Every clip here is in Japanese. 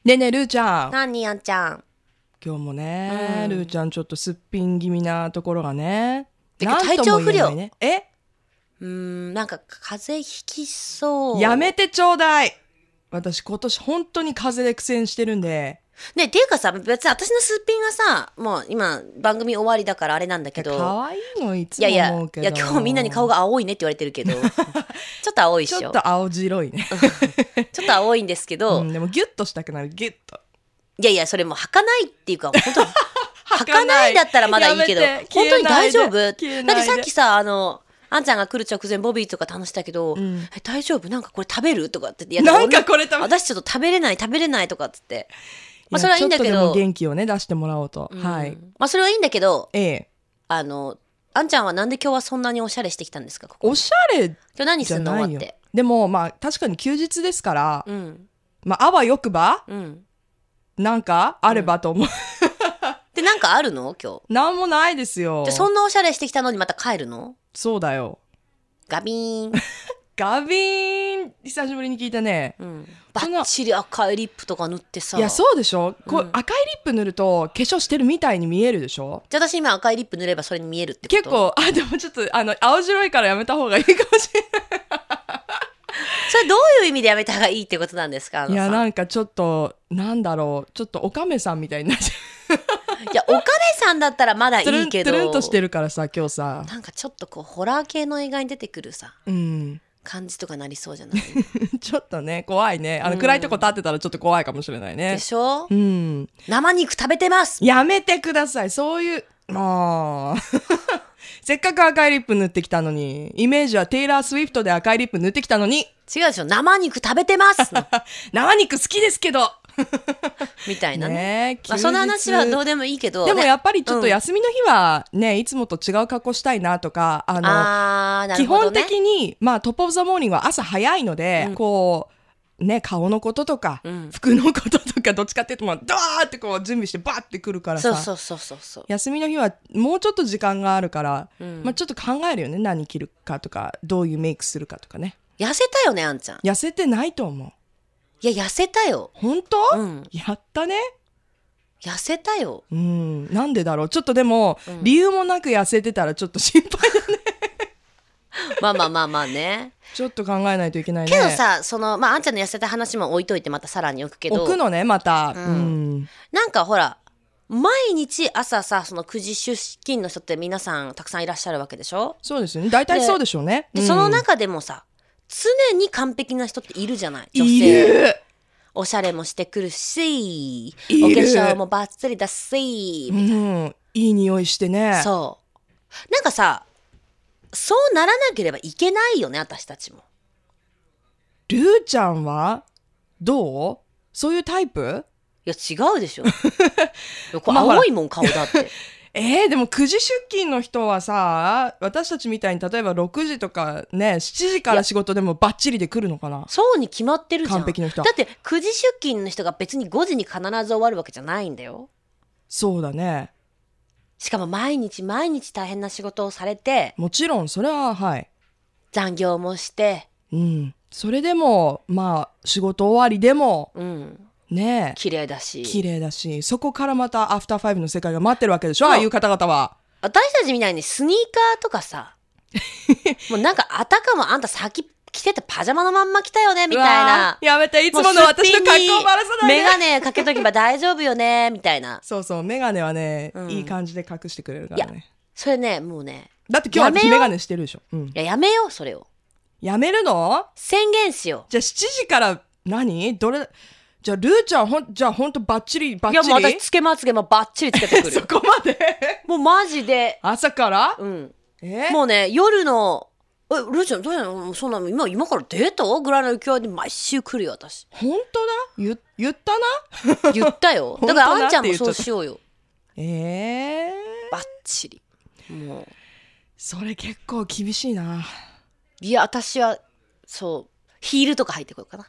ねえねえルーちゃん、 何やんちゃん。 今日もね、ルーちゃんちょっとすっぴん気味なところがね、 体調不良、 ね、 なんか風邪ひきそう。 やめてちょうだい。私今年本当に風邪で苦戦してるんで。 ね、っていうかさ、別に私のすっぴんがさ、もう今番組終わりだからあれなんだけど、 可愛いのいつも思うけど。 いや今日みんなに顔が青いねって言われてるけどちょっと青いっしょ。 ちょっと青白いねちょっと青いんですけど、 でもギュッとしたくなる、ギュッと。 いやいや、それもう履かないっていうか本当に履かないだったらまだいいけど、本当に大丈夫？だってさっきさ、あんちゃんが来る直前ボビーとかと話したけど、大丈夫？なんかこれ食べる？とかって言って、 なんかこれ食べる？ 私ちょっと食べれないとかって言って、まあそれはいいんだけど、 ちょっとでも元気をね出してもらおうと、はい。 まあそれはいいんだけど、 あんちゃんはなんで今日はそんなにおしゃれしてきたんですか？ここおしゃれ今日何すんの？終わって。 でもまあ確かに休日ですから、まああわよくば、なんかあればと思う、 で、なんかあるの今日？ なんもないですよ。 で、そんなおしゃれしてきたのにまた帰るの？ そうだよ。 ガビーンガビーン、久しぶりに聞いたね、 バッチリ赤いリップとか塗ってさ。 いやそうでしょ、こう赤いリップ塗ると化粧してるみたいに見えるでしょ。 じゃあ私今赤いリップ塗ればそれに見えるってこと？ 結構でもちょっと青白いからやめた方がいいかもしれないそれどういう意味でやめた方がいいってことなんですか？ いやなんかちょっとなんだろう、ちょっとおかめさんみたいになっちゃういやおかめさんだったらまだいいけど、 トゥルンとしてるからさ今日さ、 なんかちょっとこうホラー系の映画に出てくるさ、感じとかなりそうじゃないちょっとね怖いね。暗いとこ立ってたらちょっと怖いかもしれないね。 でしょ。 生肉食べてます。 やめてください、そういうもうせっかく赤いリップ塗ってきたのに、イメージはテイラー・スウィフトで赤いリップ塗ってきたのに。 違うでしょ、生肉食べてます生肉好きですけどみたいな ね、まあ、その話はどうでもいいけど、 でもやっぱりちょっと休みの日はね、いつもと違う格好したいなとか、基本的に、まあ、トップオブザモーニングは朝早いので、こうね、顔のこととか、服のこととかどっちかっていうともうドワーってこう準備してバーってくるからさ、 そう休みの日はもうちょっと時間があるから、まあ、ちょっと考えるよね、何着るかとかどういうメイクするかとかね。 痩せたよね、あんちゃん。 痩せてないと思う。 いや痩せたよ。 本当？やったね。 痩せたよ。 なんでだろう。ちょっとでも、理由もなく痩せてたらちょっと心配だねまあね、 ちょっと考えないといけないね。 けどさ、まあ、あんちゃんの痩せた話も置いといてまたさらに置くけど、 置くのねまた、 なんかほら毎日朝さ、その9時出勤の人って皆さんたくさんいらっしゃるわけでしょ。 そうですよね、大体そうでしょうね。 で、その中でもさ、常に完璧な人っているじゃない、女性。 いる。 おしゃれもしてくるし、お化粧もバッツリだし、いい匂いしてね。 そうなんかさ、そうならなければいけないよね、私たちも。 ルーちゃんはどう？そういうタイプ？ いや違うでしょこれ青いもん顔だってでも9時出勤の人はさ、私たちみたいに例えば6時とかね、7時から仕事でもバッチリで来るのかな。 そうに決まってるじゃん。 完璧な人だって9時出勤の人が別に5時に必ず終わるわけじゃないんだよ。 そうだね。 しかも毎日大変な仕事をされて、 もちろんそれははい、 残業もして、 それでもまあ仕事終わりでも、ねえ綺麗だし、 そこからまたアフターファイブの世界が待ってるわけでしょ、ああいう方々は。 私たちみたいにスニーカーとかさもうなんかあたかもあんた先着ててパジャマのまんま来たよねみたいな。 やめて、いつもの私の格好をバラさないで。 メガネかけとけば大丈夫よねみたいな。 そうメガネはね、いい感じで隠してくれるからね。 いやそれね、もうね、 だって今日は私メガネしてるでしょ。 いややめよう、それをやめるの？ 宣言しよう。 じゃあ7時からじゃあルーちゃんじゃあほんとバッチリ。いやもう私つけまつげもバッチリつけてくるそこまでもうマジで朝から？ もうね、夜のルーちゃんどうやの、そんな今からデートぐらいの勢いで毎週来るよ私。 本当だ？言ったな言ったよだからあんちゃんもそうしようよ。バッチリ。もうそれ結構厳しいな。 いや私はそうヒールとか履いてこようかな。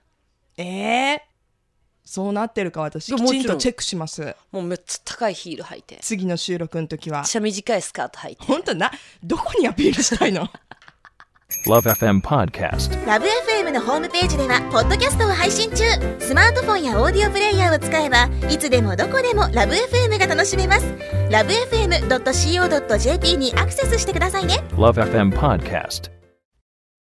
そうなってるか私きちんとチェックします。 もうめっちゃ高いヒール履いて、 次の収録の時はめっちゃ短いスカート履いて。 本当どこにアピールしたいの LoveFM Podcast。 ラブ FM のホームページではポッドキャストを配信中。スマートフォンやオーディオプレイヤーを使えばいつでもどこでもラブ FM が楽しめます。ラブ FM.co.jp にアクセスしてくださいね。 LoveFM Podcast。